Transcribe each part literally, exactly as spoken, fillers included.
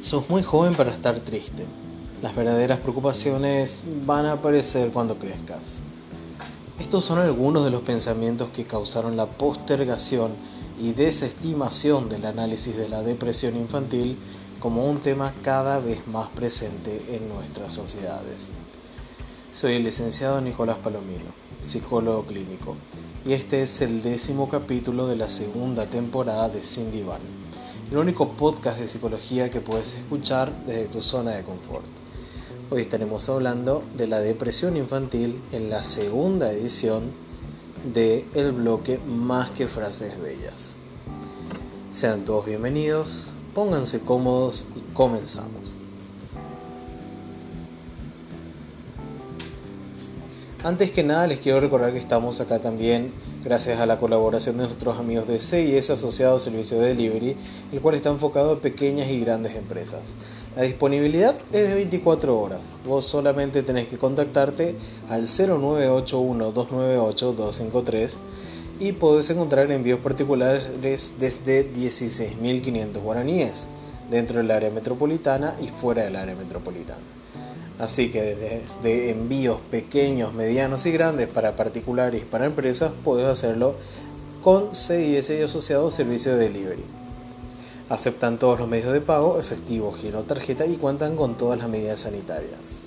Sos muy joven para estar triste. Las verdaderas preocupaciones van a aparecer cuando crezcas. Estos son algunos de los pensamientos que causaron la postergación y desestimación del análisis de la depresión infantil como un tema cada vez más presente en nuestras sociedades. Soy el licenciado Nicolás Palomino, psicólogo clínico, y este es el décimo capítulo de la segunda temporada de Sin Diván, el único podcast de psicología que puedes escuchar desde tu zona de confort. Hoy estaremos hablando de la depresión infantil en la segunda edición de el bloque Más que Frases Bellas. Sean todos bienvenidos, pónganse cómodos y comenzamos. Antes que nada les quiero recordar que estamos acá también gracias a la colaboración de nuestros amigos de C I S Asociado Servicio de Delivery, el cual está enfocado a pequeñas y grandes empresas. La disponibilidad es de veinticuatro horas. Vos solamente tenés que contactarte al cero nueve ocho uno, dos nueve ocho, dos cinco tres y podés encontrar envíos particulares desde dieciséis mil quinientos guaraníes dentro del área metropolitana y fuera del área metropolitana. Así que desde envíos pequeños, medianos y grandes para particulares y para empresas, podés hacerlo con C I S y Asociados Servicio de Delivery. Aceptan todos los medios de pago, efectivo, giro, tarjeta y cuentan con todas las medidas sanitarias.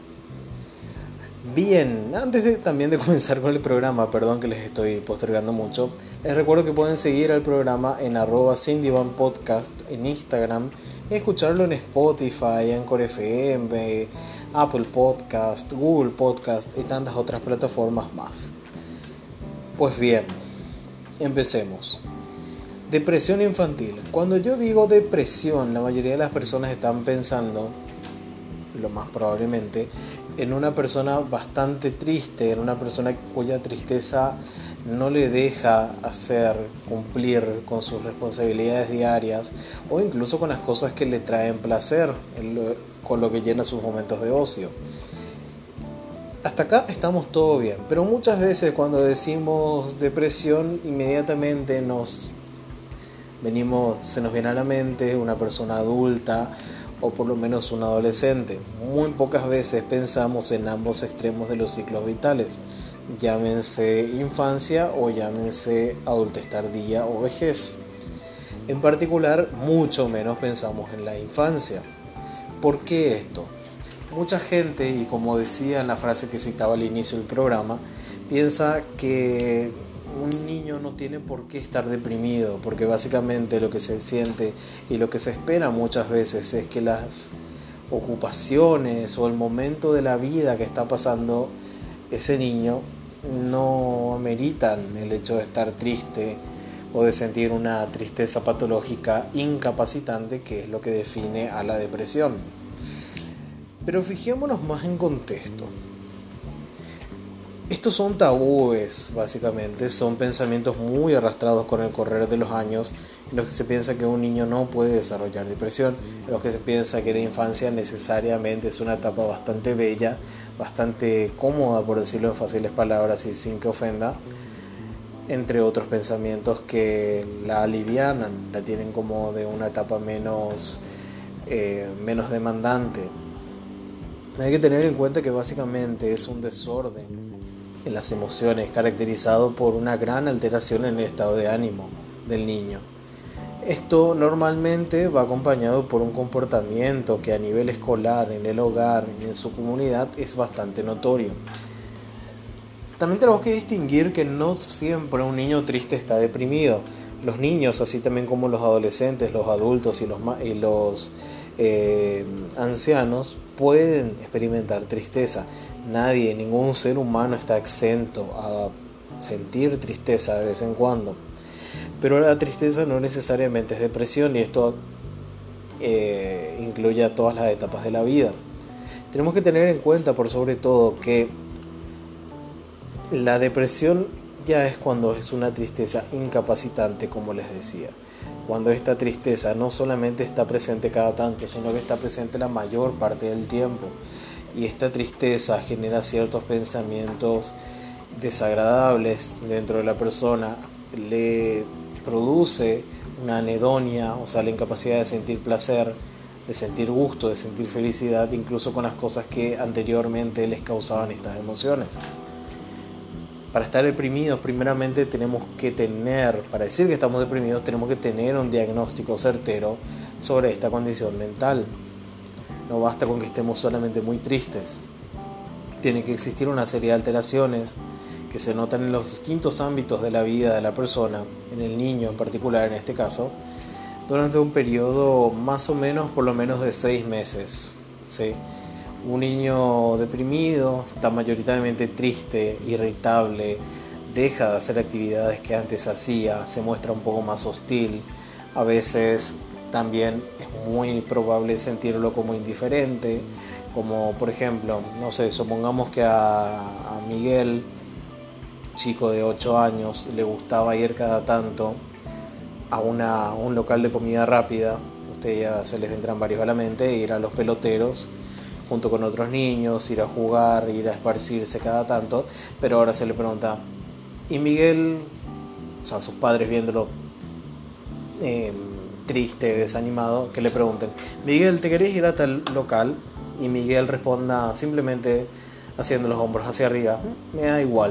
Bien, antes de, también de comenzar con el programa, perdón que les estoy postergando mucho, les recuerdo que pueden seguir al programa en arroba Sin Diván Podcast en Instagram y escucharlo en Spotify, Anchor F M, Apple Podcast, Google Podcast y tantas otras plataformas más. Pues bien, empecemos. Depresión infantil. Cuando yo digo depresión, la mayoría de las personas están pensando, lo más probablemente, en una persona bastante triste, en una persona cuya tristeza no le deja hacer, cumplir con sus responsabilidades diarias o incluso con las cosas que le traen placer, con lo que llena sus momentos de ocio. Hasta acá estamos todo bien, pero muchas veces cuando decimos depresión inmediatamente nos venimos, se nos viene a la mente una persona adulta o por lo menos un adolescente. Muy pocas veces pensamos en ambos extremos de los ciclos vitales, llámense infancia o llámense adultez tardía o vejez. En particular, mucho menos pensamos en la infancia. ¿Por qué esto? Mucha gente, y como decía en la frase que citaba al inicio del programa, piensa que un niño no tiene por qué estar deprimido, porque básicamente lo que se siente y lo que se espera muchas veces es que las ocupaciones o el momento de la vida que está pasando ese niño no ameritan el hecho de estar triste o de sentir una tristeza patológica incapacitante, que es lo que define a la depresión. Pero fijémonos más en contexto. Estos son tabúes, básicamente, son pensamientos muy arrastrados con el correr de los años, en los que se piensa que un niño no puede desarrollar depresión, en los que se piensa que la infancia necesariamente es una etapa bastante bella, bastante cómoda, por decirlo en fáciles palabras y sin que ofenda, entre otros pensamientos que la alivianan, la tienen como de una etapa menos, eh, menos demandante. Hay que tener en cuenta que básicamente es un desorden en las emociones, caracterizado por una gran alteración en el estado de ánimo del niño. Esto normalmente va acompañado por un comportamiento que a nivel escolar, en el hogar y en su comunidad es bastante notorio. También tenemos que distinguir que no siempre un niño triste está deprimido. Los niños, así también como los adolescentes, los adultos y los, y los eh, ancianos, pueden experimentar tristeza. Nadie, ningún ser humano está exento a sentir tristeza de vez en cuando. Pero la tristeza no necesariamente es depresión, y esto eh, incluye a todas las etapas de la vida. Tenemos que tener en cuenta, por sobre todo, que la depresión ya es cuando es una tristeza incapacitante, como les decía. Cuando esta tristeza no solamente está presente cada tanto, sino que está presente la mayor parte del tiempo. Y esta tristeza genera ciertos pensamientos desagradables dentro de la persona, le produce una anedonia, o sea, la incapacidad de sentir placer, de sentir gusto, de sentir felicidad, incluso con las cosas que anteriormente les causaban estas emociones. Para estar deprimidos, primeramente tenemos que tener, para decir que estamos deprimidos, tenemos que tener un diagnóstico certero sobre esta condición mental. No basta con que estemos solamente muy tristes. Tiene que existir una serie de alteraciones que se notan en los distintos ámbitos de la vida de la persona, en el niño en particular en este caso, durante un periodo más o menos por lo menos de seis meses, ¿sí? Un niño deprimido está mayoritariamente triste, irritable, deja de hacer actividades que antes hacía, se muestra un poco más hostil. A veces también es muy probable sentirlo como indiferente, como por ejemplo, no sé, supongamos que a, a Miguel, chico de ocho años, le gustaba ir cada tanto a, una, a un local de comida rápida. Ustedes ya se les vendrán varios a la mente, ir a los peloteros junto con otros niños, ir a jugar, ir a esparcirse cada tanto, pero ahora se le pregunta, ¿y Miguel? O sea, sus padres viéndolo eh, triste, desanimado, que le pregunten, Miguel, ¿te querés ir a tal local? Y Miguel responda simplemente haciendo los hombros hacia arriba, me da igual,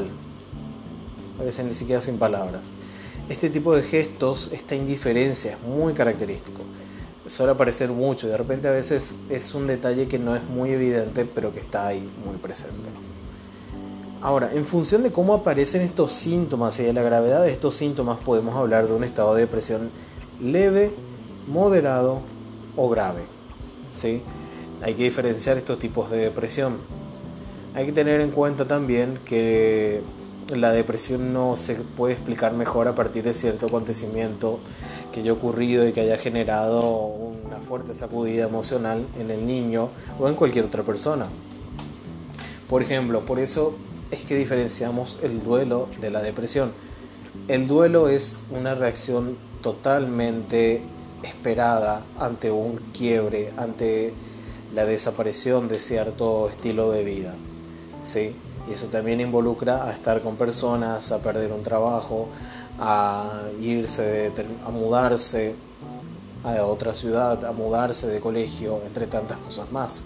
a veces ni siquiera sin palabras. Este tipo de gestos, esta indiferencia es muy característico. Suele aparecer mucho y de repente a veces es un detalle que no es muy evidente, pero que está ahí muy presente. Ahora, en función de cómo aparecen estos síntomas y de la gravedad de estos síntomas, podemos hablar de un estado de depresión leve, moderado o grave, ¿sí? Hay que diferenciar estos tipos de depresión. Hay que tener en cuenta también que la depresión no se puede explicar mejor a partir de cierto acontecimiento que haya ocurrido y que haya generado una fuerte sacudida emocional en el niño o en cualquier otra persona. Por ejemplo, por eso es que diferenciamos el duelo de la depresión. El duelo es una reacción totalmente esperada ante un quiebre, ante la desaparición de cierto estilo de vida, ¿sí? Y eso también involucra a estar con personas, a perder un trabajo, a irse, de, a mudarse a otra ciudad, a mudarse de colegio, entre tantas cosas más.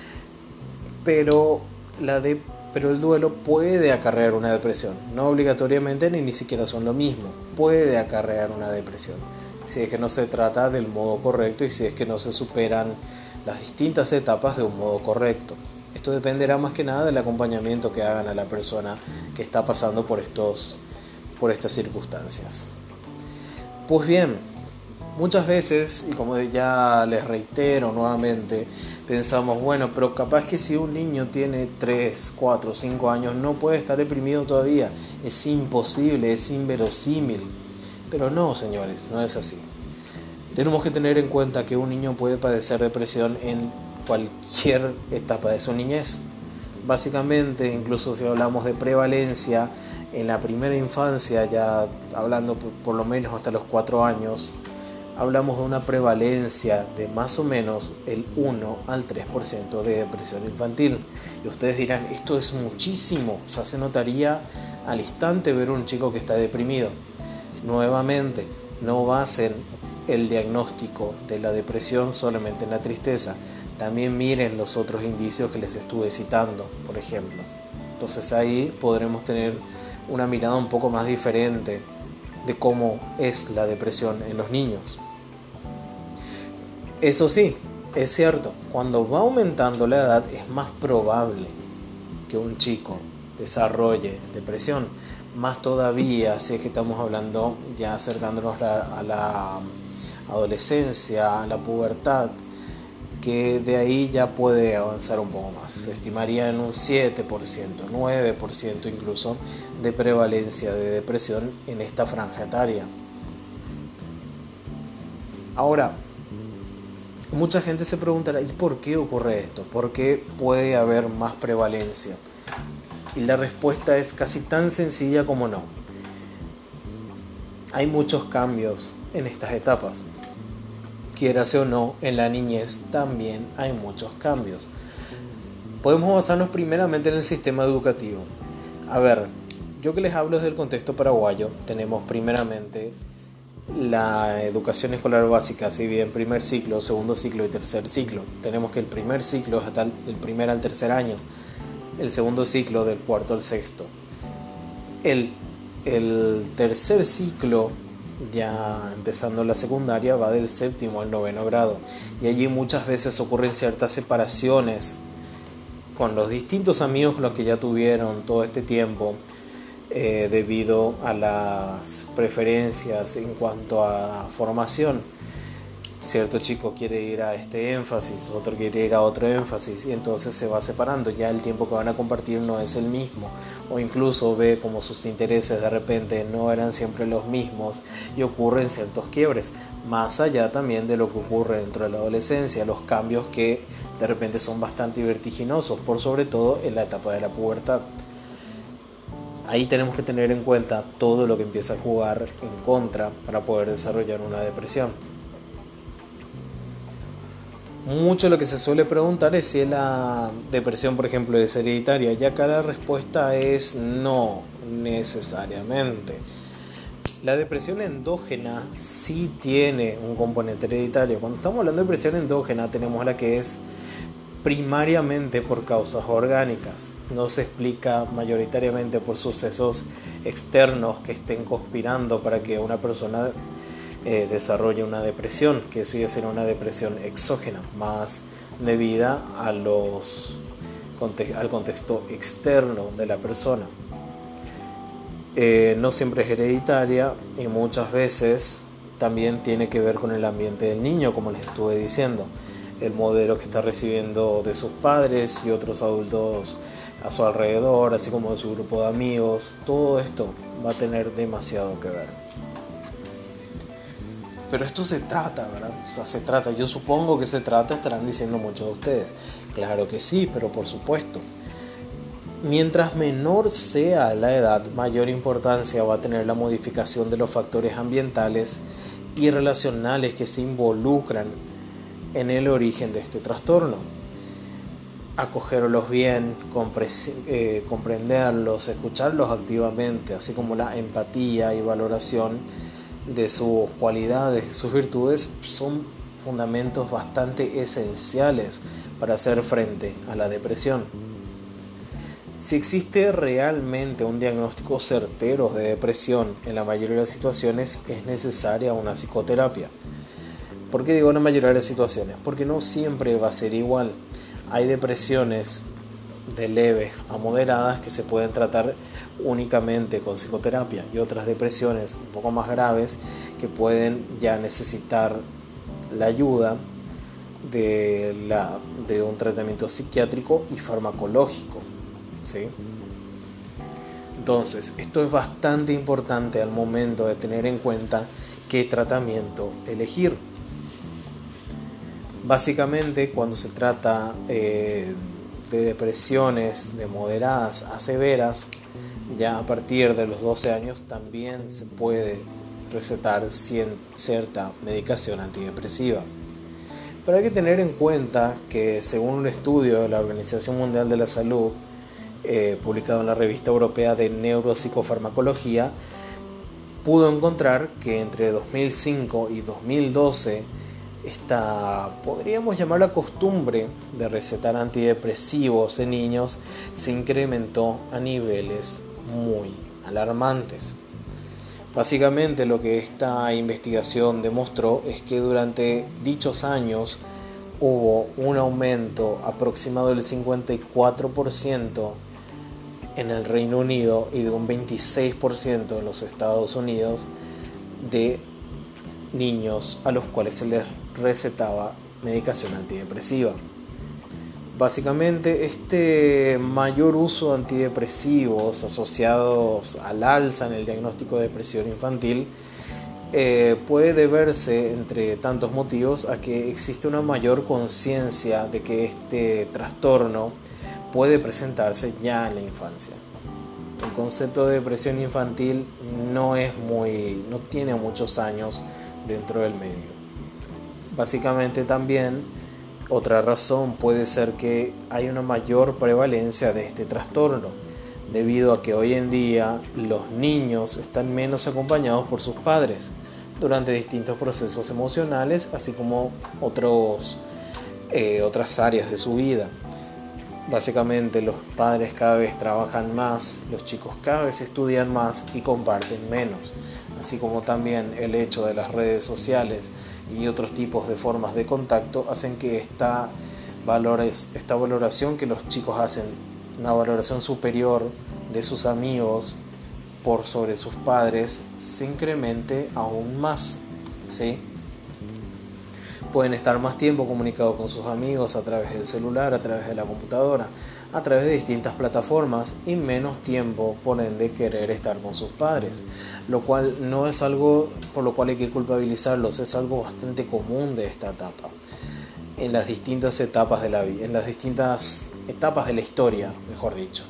Pero, la de, pero el duelo puede acarrear una depresión, no obligatoriamente ni ni siquiera son lo mismo, puede acarrear una depresión, si es que no se trata del modo correcto y si es que no se superan las distintas etapas de un modo correcto. Esto dependerá más que nada del acompañamiento que hagan a la persona que está pasando por, estos, por estas circunstancias. Pues bien, muchas veces, y como ya les reitero nuevamente, pensamos, bueno, pero capaz que si un niño tiene tres, cuatro, cinco años no puede estar deprimido todavía. Es imposible, es inverosímil. Pero no, señores, no es así. Tenemos que tener en cuenta que un niño puede padecer depresión en cualquier etapa de su niñez. Básicamente, incluso si hablamos de prevalencia, en la primera infancia, ya hablando por, por lo menos hasta los cuatro años, hablamos de una prevalencia de más o menos el uno al tres por ciento de depresión infantil. Y ustedes dirán, esto es muchísimo, o sea, se notaría al instante ver un chico que está deprimido. Nuevamente, no basen el diagnóstico de la depresión solamente en la tristeza. También miren los otros indicios que les estuve citando, por ejemplo. Entonces ahí podremos tener una mirada un poco más diferente de cómo es la depresión en los niños. Eso sí, es cierto, cuando va aumentando la edad es más probable que un chico desarrolle depresión. Más todavía si es que estamos hablando ya acercándonos a la adolescencia, a la pubertad, que de ahí ya puede avanzar un poco más. Se estimaría en un siete por ciento, nueve por ciento incluso de prevalencia de depresión en esta franja etaria. Ahora, mucha gente se preguntará, ¿y por qué ocurre esto? ¿Por qué puede haber más prevalencia? Y la respuesta es casi tan sencilla como no. Hay muchos cambios en estas etapas. Quieras o no, en la niñez también hay muchos cambios. Podemos basarnos primeramente en el sistema educativo. A ver, yo que les hablo desde el contexto paraguayo, tenemos primeramente la educación escolar básica se divide en primer ciclo, segundo ciclo y tercer ciclo. Tenemos que el primer ciclo es hasta el, del primer al tercer año, el segundo ciclo del cuarto al sexto. El, el tercer ciclo, ya empezando la secundaria, va del séptimo al noveno grado, y allí muchas veces ocurren ciertas separaciones con los distintos amigos con los que ya tuvieron todo este tiempo, eh, debido a las preferencias en cuanto a formación. Cierto chico quiere ir a este énfasis, otro quiere ir a otro énfasis, y entonces se va separando. Ya el tiempo que van a compartir no es el mismo, o incluso ve como sus intereses de repente no eran siempre los mismos y ocurren ciertos quiebres. Más allá también de lo que ocurre dentro de la adolescencia, los cambios que de repente son bastante vertiginosos, por sobre todo en la etapa de la pubertad. Ahí tenemos que tener en cuenta todo lo que empieza a jugar en contra para poder desarrollar una depresión. Mucho lo que se suele preguntar es si la depresión, por ejemplo, es hereditaria. Ya acá la respuesta es no necesariamente. La depresión endógena sí tiene un componente hereditario. Cuando estamos hablando de depresión endógena, tenemos la que es primariamente por causas orgánicas. No se explica mayoritariamente por sucesos externos que estén conspirando para que una persona Eh, desarrolla una depresión, que eso ya será una depresión exógena, más debida a los, al contexto externo de la persona. Eh, no siempre es hereditaria y muchas veces también tiene que ver con el ambiente del niño, como les estuve diciendo, el modelo que está recibiendo de sus padres y otros adultos a su alrededor, así como de su grupo de amigos. Todo esto va a tener demasiado que ver. Pero esto se trata, ¿verdad? O sea, se trata. Yo supongo que se trata, estarán diciendo muchos de ustedes. Claro que sí, pero por supuesto. Mientras menor sea la edad, mayor importancia va a tener la modificación de los factores ambientales y relacionales que se involucran en el origen de este trastorno. Acogerlos bien, compre- eh, comprenderlos, escucharlos activamente, así como la empatía y valoración de sus cualidades, sus virtudes, son fundamentos bastante esenciales para hacer frente a la depresión. Si existe realmente un diagnóstico certero de depresión, en la mayoría de las situaciones es necesaria una psicoterapia. ¿Por qué digo la mayoría de las situaciones? Porque no siempre va a ser igual. Hay depresiones de leves a moderadas que se pueden tratar únicamente con psicoterapia, y otras depresiones un poco más graves que pueden ya necesitar la ayuda de, la, de un tratamiento psiquiátrico y farmacológico, ¿sí? Entonces, esto es bastante importante al momento de tener en cuenta qué tratamiento elegir. Básicamente, cuando se trata eh, de depresiones de moderadas a severas, ya a partir de los doce años también se puede recetar cierta medicación antidepresiva. Pero hay que tener en cuenta que, según un estudio de la Organización Mundial de la Salud, eh, publicado en la Revista Europea de Neuropsicofarmacología, pudo encontrar que entre dos mil cinco y dos mil doce esta, podríamos llamar la costumbre de recetar antidepresivos en niños se incrementó a niveles muy alarmantes. Básicamente lo que esta investigación demostró es que durante dichos años hubo un aumento aproximado del cincuenta y cuatro por ciento en el Reino Unido y de un veintiséis por ciento en los Estados Unidos de niños a los cuales se les recetaba medicación antidepresiva. Básicamente, este mayor uso de antidepresivos asociados al alza en el diagnóstico de depresión infantil eh, puede deberse, entre tantos motivos, a que existe una mayor conciencia de que este trastorno puede presentarse ya en la infancia. El concepto de depresión infantil no es muy, no tiene muchos años dentro del medio. Básicamente también otra razón puede ser que hay una mayor prevalencia de este trastorno, debido a que hoy en día los niños están menos acompañados por sus padres. durante distintos procesos emocionales, así como otros, eh, otras áreas de su vida. Básicamente los padres cada vez trabajan más, los chicos cada vez estudian más y comparten menos, así como también el hecho de las redes sociales y otros tipos de formas de contacto hacen que esta, valores, esta valoración que los chicos hacen, una valoración superior de sus amigos por sobre sus padres, se incremente aún más, ¿sí? Pueden estar más tiempo comunicados con sus amigos a través del celular, a través de la computadora, a través de distintas plataformas y menos tiempo, por ende, querer estar con sus padres, lo cual no es algo por lo cual hay que culpabilizarlos, es algo bastante común de esta etapa, en las distintas etapas de la vida, en las distintas etapas de la historia, mejor dicho.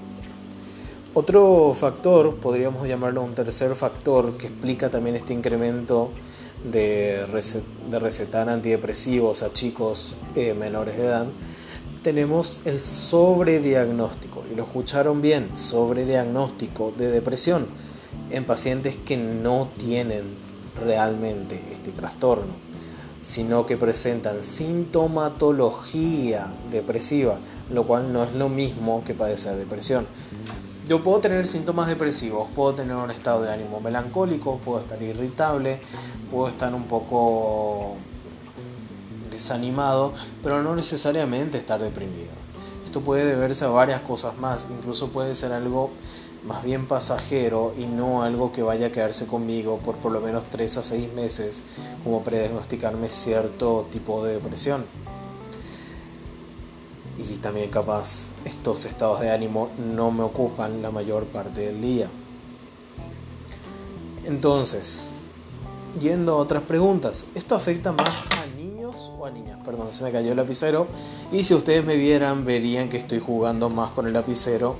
Otro factor, podríamos llamarlo un tercer factor, que explica también este incremento de, recet- de recetar antidepresivos a chicos eh, menores de edad, tenemos el sobrediagnóstico, y lo escucharon bien, sobrediagnóstico de depresión en pacientes que no tienen realmente este trastorno, sino que presentan sintomatología depresiva, lo cual no es lo mismo que padecer depresión. Yo puedo tener síntomas depresivos, puedo tener un estado de ánimo melancólico, puedo estar irritable, puedo estar un poco desanimado, pero no necesariamente estar deprimido. Esto puede deberse a varias cosas más, incluso puede ser algo más bien pasajero y no algo que vaya a quedarse conmigo por por lo menos tres a seis meses, como prediagnosticarme cierto tipo de depresión. Y también capaz estos estados de ánimo no me ocupan la mayor parte del día. Entonces, yendo a otras preguntas, ¿esto afecta más a niños o a niñas? Perdón, se me cayó el lapicero. Y si ustedes me vieran, verían que estoy jugando más con el lapicero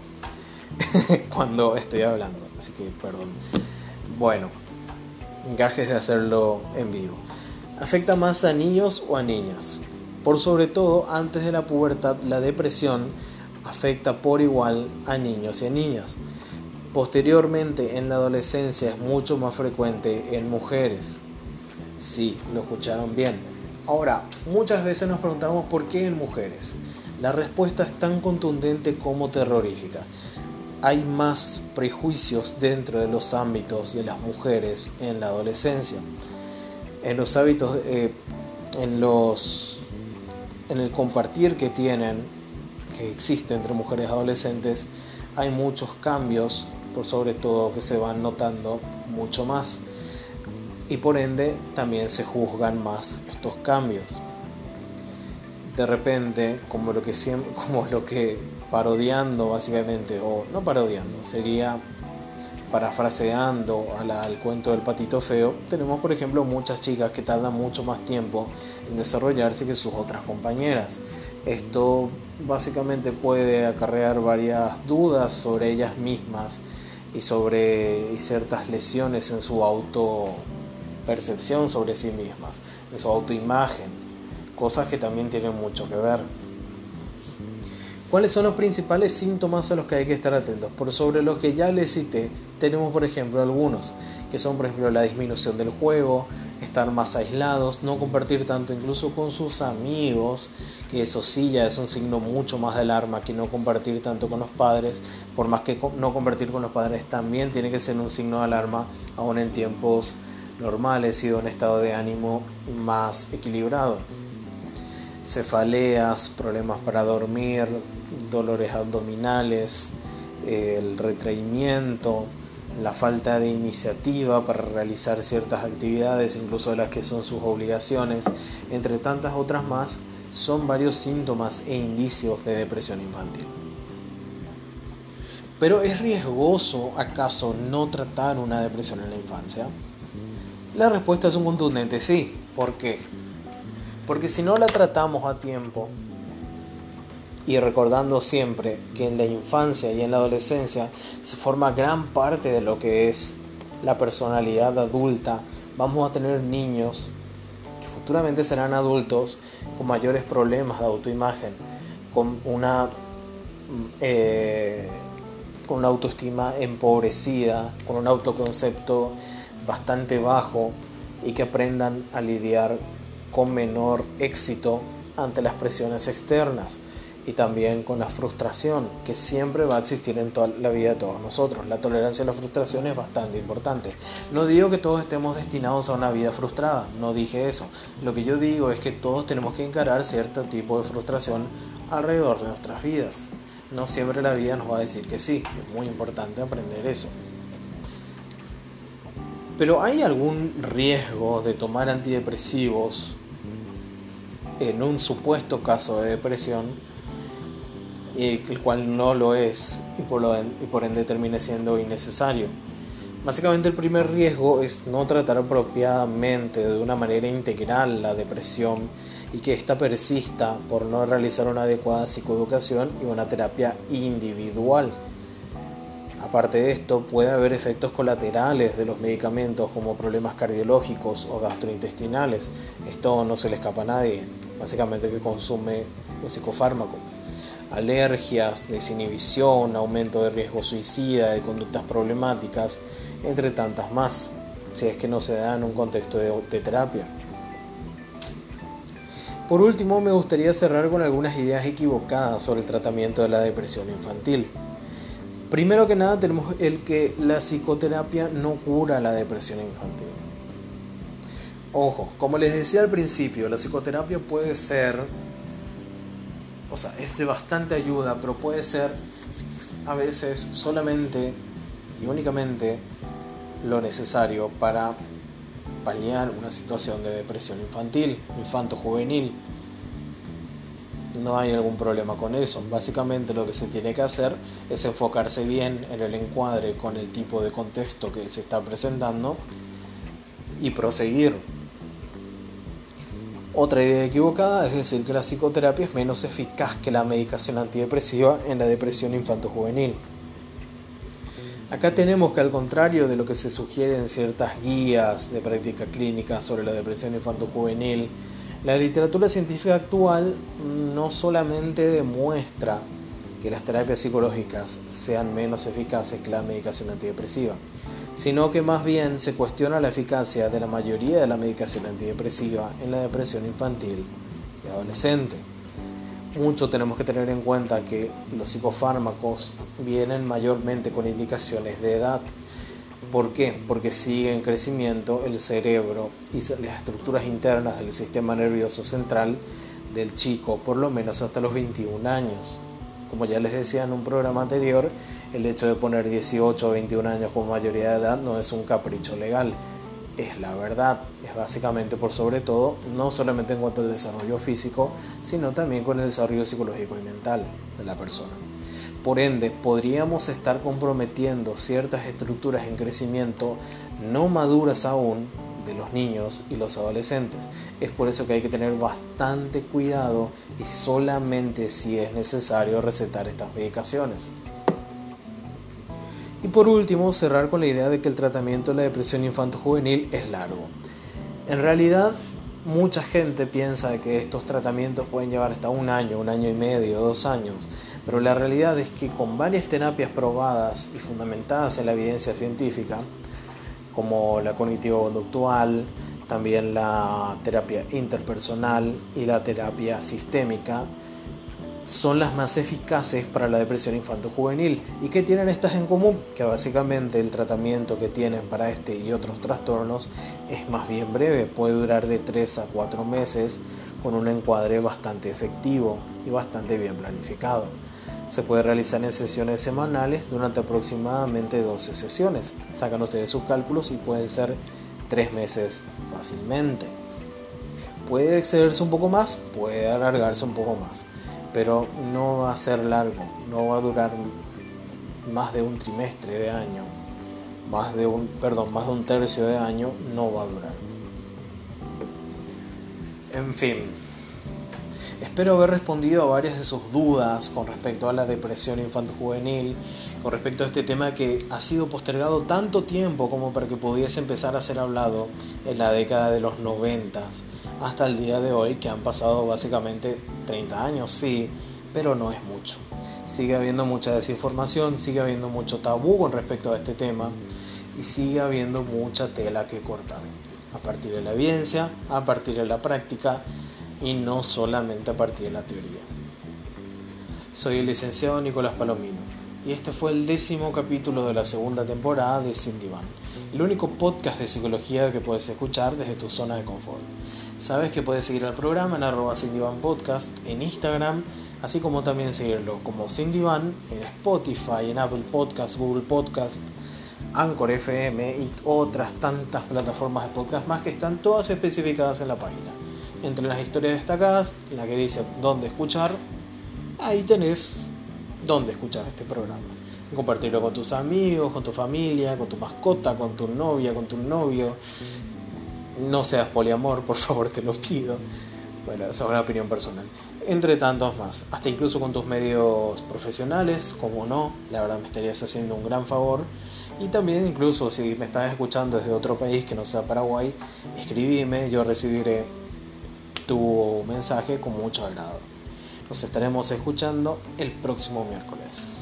cuando estoy hablando. Así que, perdón. Bueno, gajes de hacerlo en vivo. ¿Afecta más a niños o a niñas? Por sobre todo, antes de la pubertad, la depresión afecta por igual a niños y a niñas. Posteriormente, en la adolescencia, es mucho más frecuente en mujeres. Sí, lo escucharon bien. Ahora, muchas veces nos preguntamos por qué en mujeres. La respuesta es tan contundente como terrorífica. Hay más prejuicios dentro de los ámbitos de las mujeres en la adolescencia. En los hábitos, eh, en los... En el compartir que tienen, que existe entre mujeres adolescentes, hay muchos cambios, por sobre todo que se van notando mucho más. Y por ende también se juzgan más estos cambios. De repente, como lo que, siempre, como lo que parodiando básicamente, o no parodiando, sería parafraseando a la, al cuento del patito feo, tenemos por ejemplo muchas chicas que tardan mucho más tiempo en desarrollarse que sus otras compañeras. Esto básicamente puede acarrear varias dudas sobre ellas mismas y sobre y ciertas lesiones en su autopercepción sobre sí mismas, en su autoimagen, cosas que también tienen mucho que ver. ¿Cuáles son los principales síntomas a los que hay que estar atentos? Por sobre los que ya les cité, tenemos por ejemplo algunos, que son por ejemplo la disminución del juego, estar más aislados, no compartir tanto incluso con sus amigos, que eso sí ya es un signo mucho más de alarma que no compartir tanto con los padres, por más que no compartir con los padres también tiene que ser un signo de alarma, aún en tiempos normales y de un estado de ánimo más equilibrado. Cefaleas, problemas para dormir, dolores abdominales, el retraimiento, la falta de iniciativa para realizar ciertas actividades, incluso las que son sus obligaciones, entre tantas otras más, son varios síntomas e indicios de depresión infantil. ¿Pero es riesgoso acaso no tratar una depresión en la infancia? La respuesta es un contundente sí. ¿Por qué? Porque si no la tratamos a tiempo, y recordando siempre que en la infancia y en la adolescencia se forma gran parte de lo que es la personalidad adulta, vamos a tener niños que futuramente serán adultos con mayores problemas de autoimagen, con una, eh, con una autoestima empobrecida, con un autoconcepto bastante bajo, y que aprendan a lidiar con menor éxito ante las presiones externas y también con la frustración que siempre va a existir en toda la vida de todos nosotros. La tolerancia a la frustración es bastante importante. No digo que todos estemos destinados a una vida frustrada, no dije eso. Lo que yo digo es que todos tenemos que encarar cierto tipo de frustración alrededor de nuestras vidas. No siempre la vida nos va a decir que sí, es muy importante aprender eso. Pero ¿hay algún riesgo de tomar antidepresivos en un supuesto caso de depresión, el cual no lo es y por, lo, y por ende termina siendo innecesario? Básicamente el primer riesgo es no tratar apropiadamente de una manera integral la depresión y que ésta persista por no realizar una adecuada psicoeducación y una terapia individual. Aparte de esto, puede haber efectos colaterales de los medicamentos como problemas cardiológicos o gastrointestinales. Esto no se le escapa a nadie, básicamente que consume un psicofármaco. Alergias, desinhibición, aumento de riesgo suicida, de conductas problemáticas, entre tantas más, si es que no se da en un contexto de, de terapia. Por último, me gustaría cerrar con algunas ideas equivocadas sobre el tratamiento de la depresión infantil. Primero que nada, tenemos el que la psicoterapia no cura la depresión infantil. Ojo, como les decía al principio, la psicoterapia puede ser, o sea, es de bastante ayuda, pero puede ser a veces solamente y únicamente lo necesario para paliar una situación de depresión infantil, infanto-juvenil. No hay algún problema con eso. Básicamente lo que se tiene que hacer es enfocarse bien en el encuadre con el tipo de contexto que se está presentando y proseguir. Otra idea equivocada es decir que la psicoterapia es menos eficaz que la medicación antidepresiva en la depresión infanto-juvenil. Acá tenemos que, al contrario de lo que se sugiere en ciertas guías de práctica clínica sobre la depresión infanto-juvenil, la literatura científica actual no solamente demuestra que las terapias psicológicas sean menos eficaces que la medicación antidepresiva, sino que más bien se cuestiona la eficacia de la mayoría de la medicación antidepresiva en la depresión infantil y adolescente. Mucho tenemos que tener en cuenta que los psicofármacos vienen mayormente con indicaciones de edad. ¿Por qué? Porque sigue en crecimiento el cerebro y las estructuras internas del sistema nervioso central del chico, por lo menos hasta los veintiún años. Como ya les decía en un programa anterior, el hecho de poner dieciocho o veintiún años como mayoría de edad no es un capricho legal, es la verdad. Es básicamente por sobre todo, no solamente en cuanto al desarrollo físico, sino también con el desarrollo psicológico y mental de la persona. Por ende, podríamos estar comprometiendo ciertas estructuras en crecimiento no maduras aún de los niños y los adolescentes. Es por eso que hay que tener bastante cuidado y solamente si es necesario recetar estas medicaciones. Y por último, cerrar con la idea de que el tratamiento de la depresión infanto-juvenil es largo. En realidad, mucha gente piensa de que estos tratamientos pueden llevar hasta un año, un año y medio, dos años, pero la realidad es que con varias terapias probadas y fundamentadas en la evidencia científica, como la cognitivo-conductual, también la terapia interpersonal y la terapia sistémica, son las más eficaces para la depresión infanto-juvenil. ¿Y qué tienen estas en común? Que básicamente el tratamiento que tienen para este y otros trastornos es más bien breve, puede durar de tres a cuatro meses con un encuadre bastante efectivo y bastante bien planificado. Se puede realizar en sesiones semanales durante aproximadamente doce sesiones. Sacan ustedes sus cálculos y pueden ser tres meses fácilmente. Puede excederse un poco más, puede alargarse un poco más, pero no va a ser largo, no va a durar más de un trimestre de año, más de un, perdón, más de un tercio de año no va a durar. En fin, espero haber respondido a varias de sus dudas con respecto a la depresión infanto-juvenil, con respecto a este tema que ha sido postergado tanto tiempo como para que pudiese empezar a ser hablado en la década de los noventas hasta el día de hoy, que han pasado básicamente treinta años, sí, pero no es mucho. Sigue habiendo mucha desinformación, sigue habiendo mucho tabú con respecto a este tema y sigue habiendo mucha tela que cortar. a partir de la evidencia, a partir de la práctica y no solamente a partir de la teoría. Soy el licenciado Nicolás Palomino y este fue el décimo capítulo de la segunda temporada de Sin Diván, el único podcast de psicología que puedes escuchar desde tu zona de confort. Sabes que puedes seguir al programa en arroba Sin Diván Podcast en Instagram, así como también seguirlo como Sin Diván en Spotify, en Apple Podcast, Google Podcast, Anchor F M y otras tantas plataformas de podcast más que están todas especificadas en la página. Entre las historias destacadas, la que dice dónde escuchar, ahí tenés dónde escuchar este programa. Y compartirlo con tus amigos, con tu familia, con tu mascota, con tu novia, con tu novio. No seas poliamor, por favor, te lo pido. Bueno, esa es una opinión personal. Entre tantos más, hasta incluso con tus medios profesionales, como no, la verdad me estarías haciendo un gran favor. Y también incluso si me estás escuchando desde otro país que no sea Paraguay, escribime, yo recibiré tu mensaje con mucho agrado. Nos estaremos escuchando el próximo miércoles.